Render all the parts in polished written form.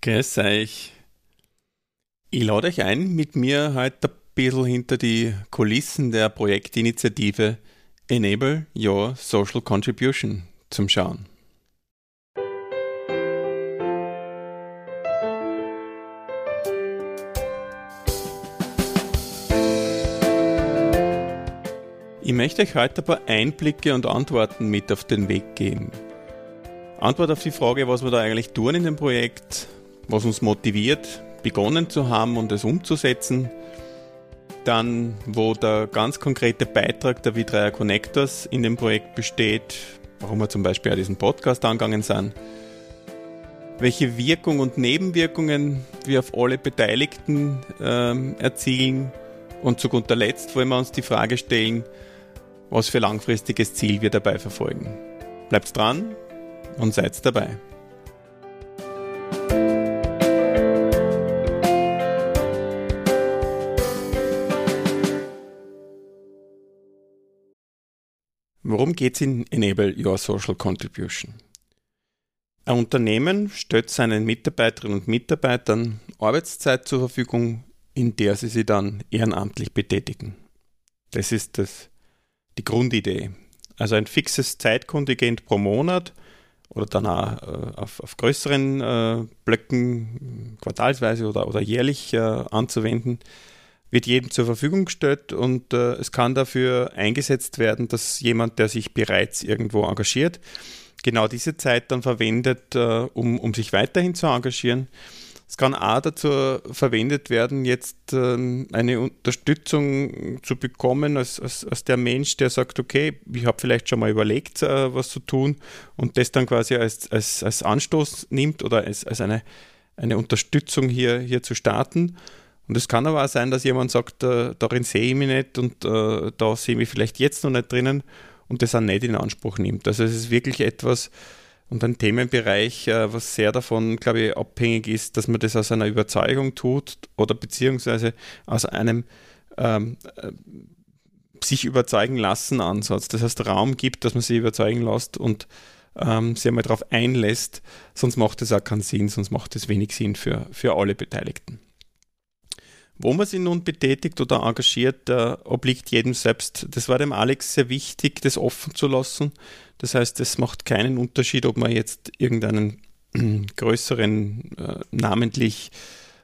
Grüß euch. Ich lade euch ein, mit mir heute ein bisschen hinter die Kulissen der Projektinitiative Enable Your Social Contribution zum Schauen. Ich möchte euch heute ein paar Einblicke und Antworten mit auf den Weg geben. Antwort auf die Frage, was wir da eigentlich tun in dem Projekt, was uns motiviert, begonnen zu haben und es umzusetzen. Dann, wo der ganz konkrete Beitrag der V3R Connectors in dem Projekt besteht, warum wir zum Beispiel auch diesen Podcast angegangen sind. Welche Wirkung und Nebenwirkungen wir auf alle Beteiligten erzielen. Und zu guter Letzt wollen wir uns die Frage stellen, was für langfristiges Ziel wir dabei verfolgen. Bleibt dran und seid dabei. Worum geht es in Enable Your Social Contribution? Ein Unternehmen stellt seinen Mitarbeiterinnen und Mitarbeitern Arbeitszeit zur Verfügung, in der sie sich dann ehrenamtlich betätigen. Das ist die Grundidee. Also ein fixes Zeitkontingent pro Monat oder dann auch auf größeren Blöcken, quartalsweise oder jährlich anzuwenden, wird jedem zur Verfügung gestellt und es kann dafür eingesetzt werden, dass jemand, der sich bereits irgendwo engagiert, genau diese Zeit dann verwendet, um sich weiterhin zu engagieren. Es kann auch dazu verwendet werden, jetzt eine Unterstützung zu bekommen als der Mensch, der sagt, okay, ich habe vielleicht schon mal überlegt, was zu tun und das dann quasi als Anstoß nimmt oder als eine Unterstützung hier zu starten. Und es kann aber auch sein, dass jemand sagt, darin sehe ich mich nicht und da sehe ich mich vielleicht jetzt noch nicht drinnen und das auch nicht in Anspruch nimmt. Also es ist wirklich etwas und ein Themenbereich, was sehr davon, glaube ich, abhängig ist, dass man das aus einer Überzeugung tut oder beziehungsweise aus einem sich überzeugen lassen Ansatz. Das heißt, Raum gibt, dass man sich überzeugen lässt und sich einmal darauf einlässt, sonst macht es auch keinen Sinn, sonst macht es wenig Sinn für alle Beteiligten. Wo man sich nun betätigt oder engagiert, obliegt jedem selbst. Das war dem Alex sehr wichtig, das offen zu lassen. Das heißt, es macht keinen Unterschied, ob man jetzt irgendeinen größeren, namentlich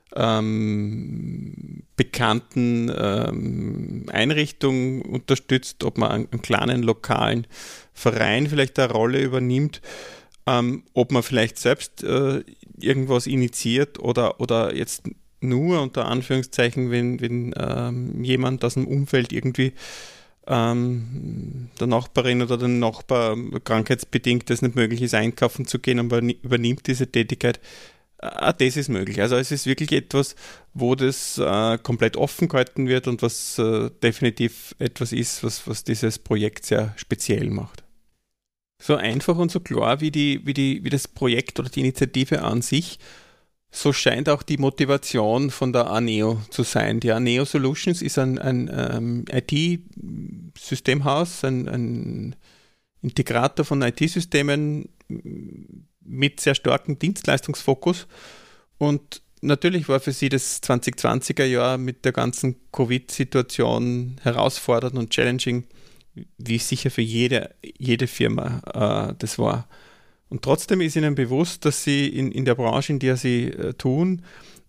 bekannten Einrichtung unterstützt, ob man einen kleinen lokalen Verein vielleicht eine Rolle übernimmt, ob man vielleicht selbst irgendwas initiiert oder jetzt nur unter Anführungszeichen, wenn jemand aus dem Umfeld irgendwie der Nachbarin oder dem Nachbar krankheitsbedingt es nicht möglich ist, einkaufen zu gehen, aber übernimmt diese Tätigkeit. Auch das ist möglich. Also es ist wirklich etwas, wo das komplett offen gehalten wird und was definitiv etwas ist, was dieses Projekt sehr speziell macht. So einfach und so klar wie das Projekt oder die Initiative an sich, so scheint auch die Motivation von der Aneo zu sein. Die Aneo Solutions ist ein IT-Systemhaus, ein Integrator von IT-Systemen mit sehr starkem Dienstleistungsfokus. Und natürlich war für sie das 2020er Jahr mit der ganzen Covid-Situation herausfordernd und challenging, wie sicher für jede Firma das war. Und trotzdem ist ihnen bewusst, dass sie in der Branche, in der sie tun,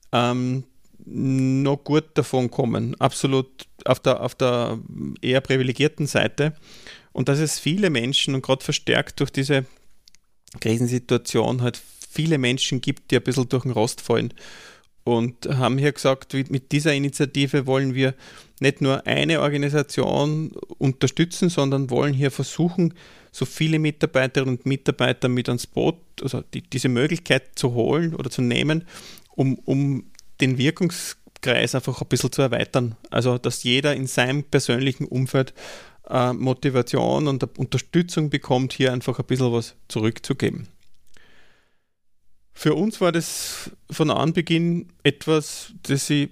noch gut davon kommen. Absolut auf der eher privilegierten Seite. Und dass es viele Menschen und gerade verstärkt durch diese Krisensituation halt viele Menschen gibt, die ein bisschen durch den Rost fallen. Und haben hier gesagt, mit dieser Initiative wollen wir nicht nur eine Organisation unterstützen, sondern wollen hier versuchen, so viele Mitarbeiterinnen und Mitarbeiter mit ans Boot, also diese Möglichkeit zu holen oder zu nehmen, um den Wirkungskreis einfach ein bisschen zu erweitern. Also, dass jeder in seinem persönlichen Umfeld Motivation und Unterstützung bekommt, hier einfach ein bisschen was zurückzugeben. Für uns war das von Anbeginn etwas, das ich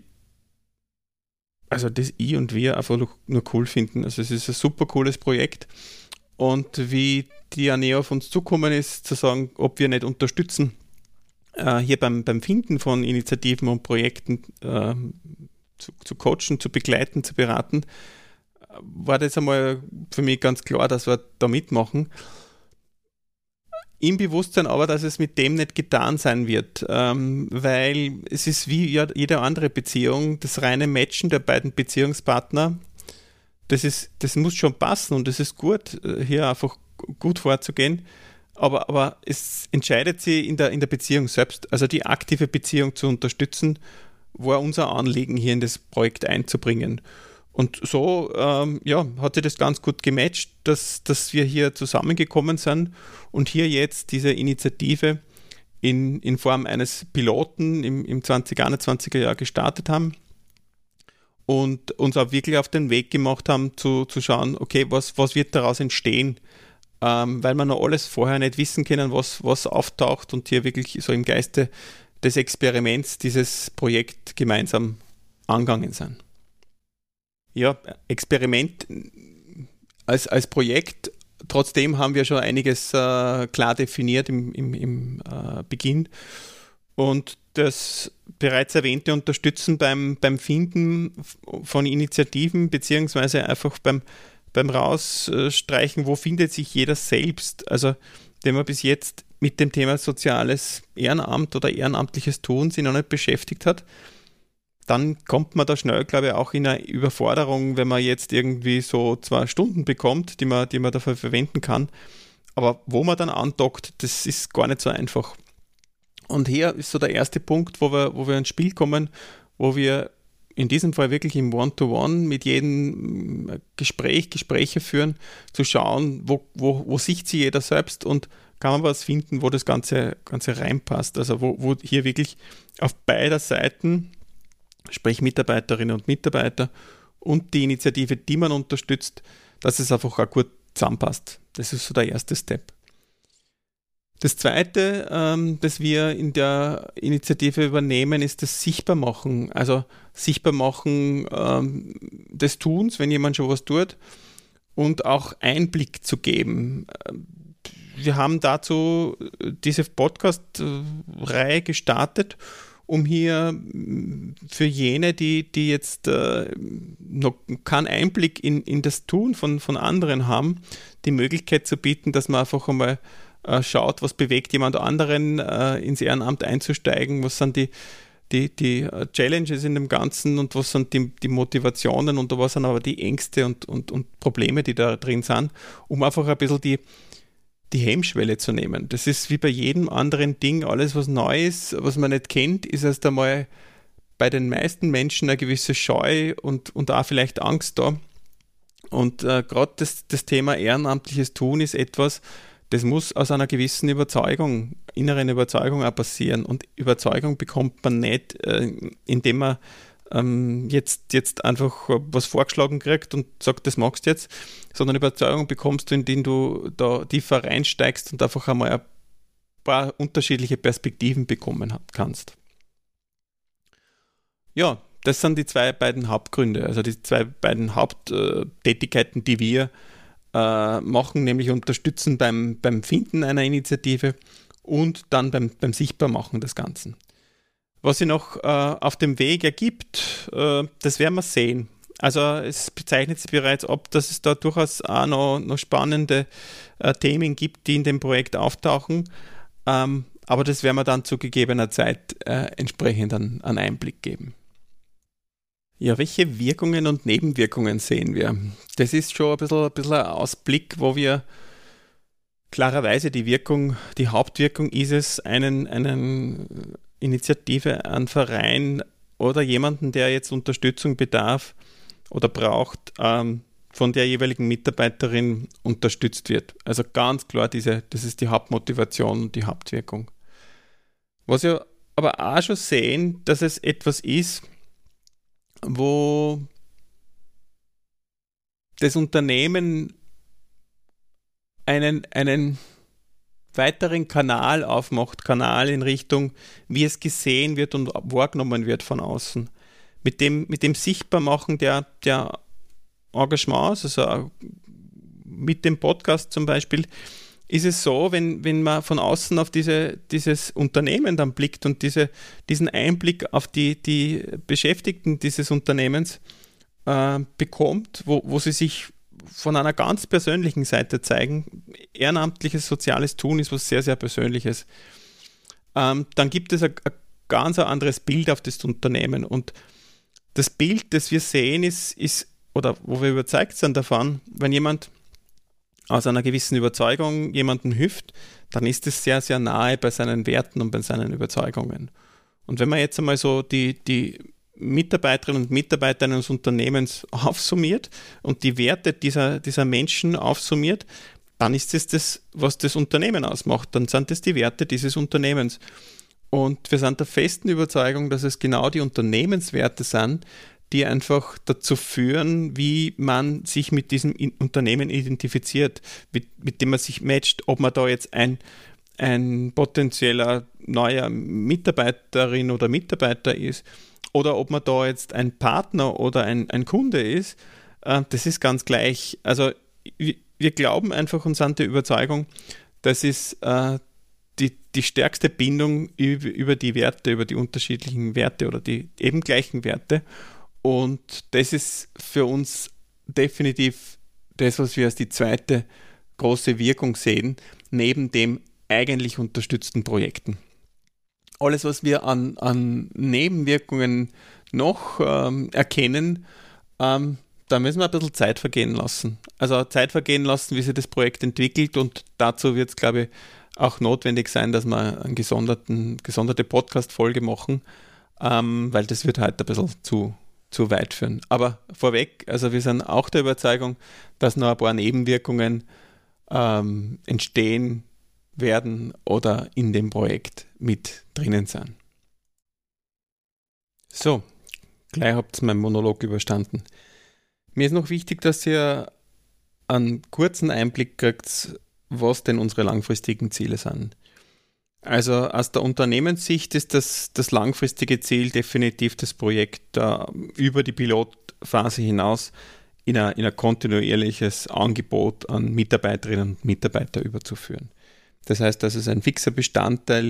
und wir einfach nur cool finden. Also es ist ein super cooles Projekt. Und wie die Aneo auf uns zukommen ist, zu sagen, ob wir nicht unterstützen, hier beim Finden von Initiativen und Projekten zu coachen, zu begleiten, zu beraten, war das einmal für mich ganz klar, dass wir da mitmachen. Im Bewusstsein aber, dass es mit dem nicht getan sein wird, weil es ist wie jede andere Beziehung, das reine Matchen der beiden Beziehungspartner, das muss schon passen und es ist gut, hier einfach gut vorzugehen, aber es entscheidet sich in der Beziehung selbst, also die aktive Beziehung zu unterstützen, war unser Anliegen, hier in das Projekt einzubringen. Und so hat sich das ganz gut gematcht, dass wir hier zusammengekommen sind und hier jetzt diese Initiative in Form eines Piloten im 2021er Jahr gestartet haben und uns auch wirklich auf den Weg gemacht haben, zu schauen, okay, was wird daraus entstehen, weil wir noch alles vorher nicht wissen können, was auftaucht und hier wirklich so im Geiste des Experiments dieses Projekt gemeinsam angegangen sind. Ja, Experiment als Projekt, trotzdem haben wir schon einiges klar definiert im Beginn. Und das bereits erwähnte Unterstützen beim Finden von Initiativen, beziehungsweise einfach beim Rausstreichen, wo findet sich jeder selbst. Also, wenn man bis jetzt mit dem Thema soziales Ehrenamt oder ehrenamtliches Tun sich noch nicht beschäftigt hat, dann kommt man da schnell, glaube ich, auch in eine Überforderung, wenn man jetzt irgendwie so 2 Stunden bekommt, die man dafür verwenden kann. Aber wo man dann andockt, das ist gar nicht so einfach. Und hier ist so der erste Punkt, wo wir ins Spiel kommen, wo wir in diesem Fall wirklich im One-to-One mit jedem Gespräche führen, zu schauen, wo sieht sich jeder selbst und kann man was finden, wo das Ganze reinpasst. Also wo hier wirklich auf beider Seiten, sprich Mitarbeiterinnen und Mitarbeiter und die Initiative, die man unterstützt, dass es einfach auch gut zusammenpasst. Das ist so der erste Step. Das Zweite, das wir in der Initiative übernehmen, ist das Sichtbarmachen. Also Sichtbarmachen des Tuns, wenn jemand schon was tut, und auch Einblick zu geben. Wir haben dazu diese Podcast-Reihe gestartet, um hier für jene, die jetzt noch keinen Einblick in das Tun von anderen haben, die Möglichkeit zu bieten, dass man einfach einmal schaut, was bewegt jemand anderen, ins Ehrenamt einzusteigen, was sind die Challenges in dem Ganzen und was sind die Motivationen und was sind aber die Ängste und Probleme, die da drin sind, um einfach ein bisschen die Hemmschwelle zu nehmen. Das ist wie bei jedem anderen Ding, alles was neu ist, was man nicht kennt, ist erst einmal bei den meisten Menschen eine gewisse Scheu und auch vielleicht Angst da. Und gerade das Thema ehrenamtliches Tun ist etwas, das muss aus einer gewissen inneren Überzeugung auch passieren. Und Überzeugung bekommt man nicht, indem man jetzt einfach was vorgeschlagen kriegt und sagt, das magst du jetzt, sondern Überzeugung bekommst du, indem du da tiefer reinsteigst und einfach einmal ein paar unterschiedliche Perspektiven bekommen kannst. Ja, das sind die beiden Hauptgründe, also die beiden Haupttätigkeiten, die wir machen, nämlich unterstützen beim Finden einer Initiative und dann beim Sichtbarmachen des Ganzen. Was sich noch auf dem Weg ergibt, das werden wir sehen. Also es bezeichnet sich bereits ab, dass es da durchaus auch noch spannende Themen gibt, die in dem Projekt auftauchen. Aber das werden wir dann zu gegebener Zeit entsprechend einen Einblick geben. Ja, welche Wirkungen und Nebenwirkungen sehen wir? Das ist schon ein bisschen ein Ausblick, wo wir klarerweise die Hauptwirkung ist es, einen Initiative, einen Verein oder jemanden, der jetzt Unterstützung bedarf oder braucht, von der jeweiligen Mitarbeiterin unterstützt wird. Also ganz klar, das ist die Hauptmotivation und die Hauptwirkung. Was wir aber auch schon sehen, dass es etwas ist, wo das Unternehmen einen weiteren Kanal aufmacht, Kanal in Richtung, wie es gesehen wird und wahrgenommen wird von außen. Mit dem Sichtbarmachen der Engagements, also mit dem Podcast zum Beispiel, ist es so, wenn man von außen auf dieses Unternehmen dann blickt und diesen Einblick auf die Beschäftigten dieses Unternehmens bekommt, wo sie sich von einer ganz persönlichen Seite zeigen. Ehrenamtliches soziales Tun ist was sehr, sehr Persönliches. Dann gibt es ein ganz anderes Bild auf das Unternehmen. Und das Bild, das wir sehen, ist oder wo wir überzeugt sind davon, wenn jemand aus einer gewissen Überzeugung jemandem hilft, dann ist es sehr, sehr nahe bei seinen Werten und bei seinen Überzeugungen. Und wenn man jetzt einmal so die Mitarbeiterinnen und Mitarbeiter eines Unternehmens aufsummiert und die Werte dieser Menschen aufsummiert, dann ist es das, was das Unternehmen ausmacht. Dann sind das die Werte dieses Unternehmens. Und wir sind der festen Überzeugung, dass es genau die Unternehmenswerte sind, die einfach dazu führen, wie man sich mit diesem Unternehmen identifiziert, mit dem man sich matcht, ob man da jetzt ein potenzieller neuer Mitarbeiterin oder Mitarbeiter ist oder ob man da jetzt ein Partner oder ein Kunde ist, das ist ganz gleich. Also wir glauben einfach und sind der Überzeugung, das ist die stärkste Bindung über die Werte, über die unterschiedlichen Werte oder die eben gleichen Werte. Und das ist für uns definitiv das, was wir als die zweite große Wirkung sehen, neben dem eigentlich unterstützten Projekten. Alles, was wir an Nebenwirkungen noch erkennen, da müssen wir ein bisschen Zeit vergehen lassen. Also Zeit vergehen lassen, wie sich das Projekt entwickelt, und dazu wird es, glaube ich, auch notwendig sein, dass wir eine gesonderte Podcast-Folge machen, weil das wird heute ein bisschen zu weit führen. Aber vorweg, also wir sind auch der Überzeugung, dass noch ein paar Nebenwirkungen entstehen werden oder in dem Projekt mit drinnen sind. So, gleich habt ihr meinen Monolog überstanden. Mir ist noch wichtig, dass ihr einen kurzen Einblick kriegt, was denn unsere langfristigen Ziele sind. Also aus der Unternehmenssicht ist das langfristige Ziel definitiv das Projekt über die Pilotphase hinaus in ein kontinuierliches Angebot an Mitarbeiterinnen und Mitarbeiter überzuführen. Das heißt, dass es ein fixer Bestandteil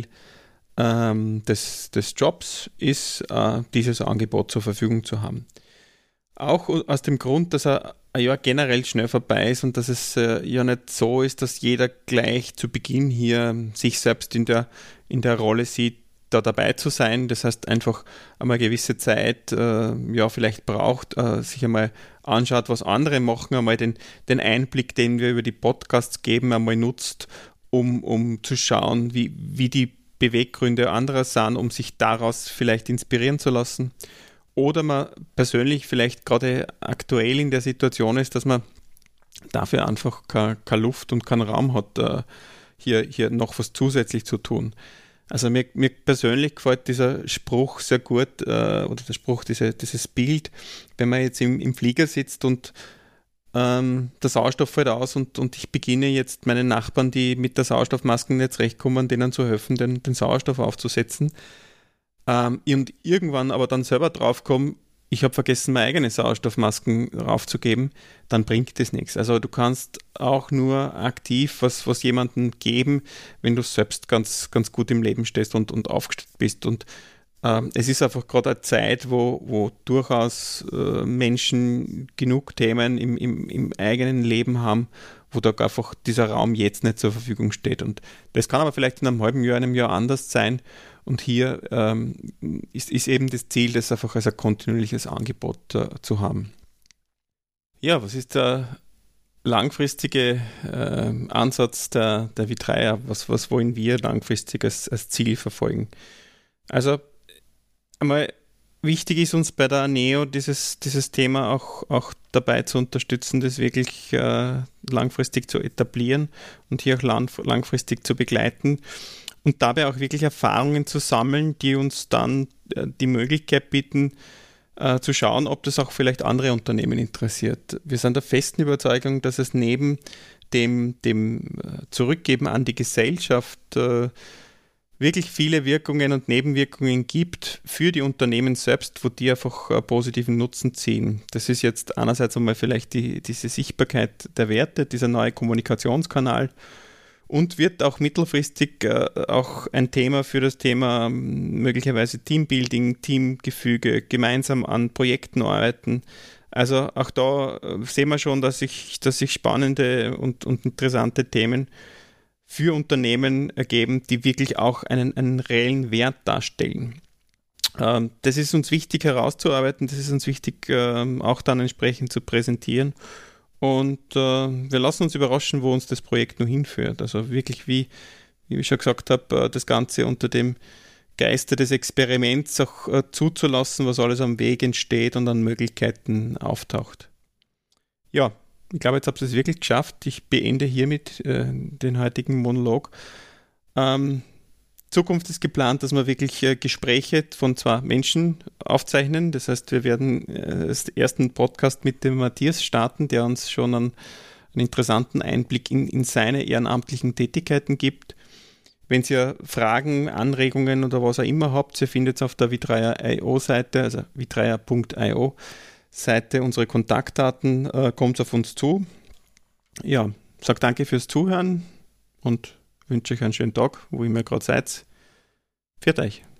des Jobs ist, dieses Angebot zur Verfügung zu haben. Auch aus dem Grund, dass ein Jahr generell schnell vorbei ist und dass es ja nicht so ist, dass jeder gleich zu Beginn hier sich selbst in der Rolle sieht, da dabei zu sein. Das heißt, einfach einmal eine gewisse Zeit vielleicht braucht, sich einmal anschaut, was andere machen, einmal den Einblick, den wir über die Podcasts geben, einmal nutzt, um zu schauen, wie die Beweggründe anderer sind, um sich daraus vielleicht inspirieren zu lassen. Oder man persönlich vielleicht gerade aktuell in der Situation ist, dass man dafür einfach keine Luft und keinen Raum hat, hier noch was zusätzlich zu tun. Also mir persönlich gefällt dieser Spruch sehr gut, oder der Spruch, dieses Bild, wenn man jetzt im Flieger sitzt und der Sauerstoff fällt aus und ich beginne jetzt meinen Nachbarn, die mit der Sauerstoffmaske nicht zurechtkommen, denen zu helfen, den Sauerstoff aufzusetzen. Und irgendwann aber dann selber draufkommen, ich habe vergessen, meine eigene Sauerstoffmasken raufzugeben, dann bringt das nichts. Also du kannst auch nur aktiv was jemandem geben, wenn du selbst ganz, ganz gut im Leben stehst und aufgestellt bist. Und es ist einfach gerade eine Zeit, wo durchaus Menschen genug Themen im eigenen Leben haben, wo da einfach dieser Raum jetzt nicht zur Verfügung steht. Und das kann aber vielleicht in einem halben Jahr, einem Jahr anders sein. Und hier ist eben das Ziel, das einfach als ein kontinuierliches Angebot zu haben. Ja, was ist der langfristige Ansatz der Vitreia? Was wollen wir langfristig als Ziel verfolgen? Also einmal wichtig ist uns bei der ANEO dieses Thema auch dabei zu unterstützen, das wirklich langfristig zu etablieren und hier auch langfristig zu begleiten. Und dabei auch wirklich Erfahrungen zu sammeln, die uns dann die Möglichkeit bieten, zu schauen, ob das auch vielleicht andere Unternehmen interessiert. Wir sind der festen Überzeugung, dass es neben dem Zurückgeben an die Gesellschaft wirklich viele Wirkungen und Nebenwirkungen gibt für die Unternehmen selbst, wo die einfach positiven Nutzen ziehen. Das ist jetzt einerseits einmal vielleicht diese Sichtbarkeit der Werte, dieser neue Kommunikationskanal. und wird auch mittelfristig auch ein Thema für das Thema möglicherweise Teambuilding, Teamgefüge, gemeinsam an Projekten arbeiten. Also auch da sehen wir schon, dass sich spannende und interessante Themen für Unternehmen ergeben, die wirklich auch einen reellen Wert darstellen. Das ist uns wichtig herauszuarbeiten, das ist uns wichtig auch dann entsprechend zu präsentieren. Und wir lassen uns überraschen, wo uns das Projekt noch hinführt. Also wirklich, wie ich schon gesagt habe, das Ganze unter dem Geiste des Experiments auch zuzulassen, was alles am Weg entsteht und an Möglichkeiten auftaucht. Ja, ich glaube, jetzt habt ihr es wirklich geschafft. Ich beende hiermit den heutigen Monolog. Zukunft ist geplant, dass wir wirklich Gespräche von zwei Menschen aufzeichnen. Das heißt, wir werden den ersten Podcast mit dem Matthias starten, der uns schon einen interessanten Einblick in seine ehrenamtlichen Tätigkeiten gibt. Wenn ihr Fragen, Anregungen oder was auch immer habt, ihr findet es auf der Vitreia.io-Seite, also vitreia.io Seite, unsere Kontaktdaten, kommt auf uns zu. Ja, sage danke fürs Zuhören und wünsche euch einen schönen Tag, wo immer gerade seid. Pfiat euch.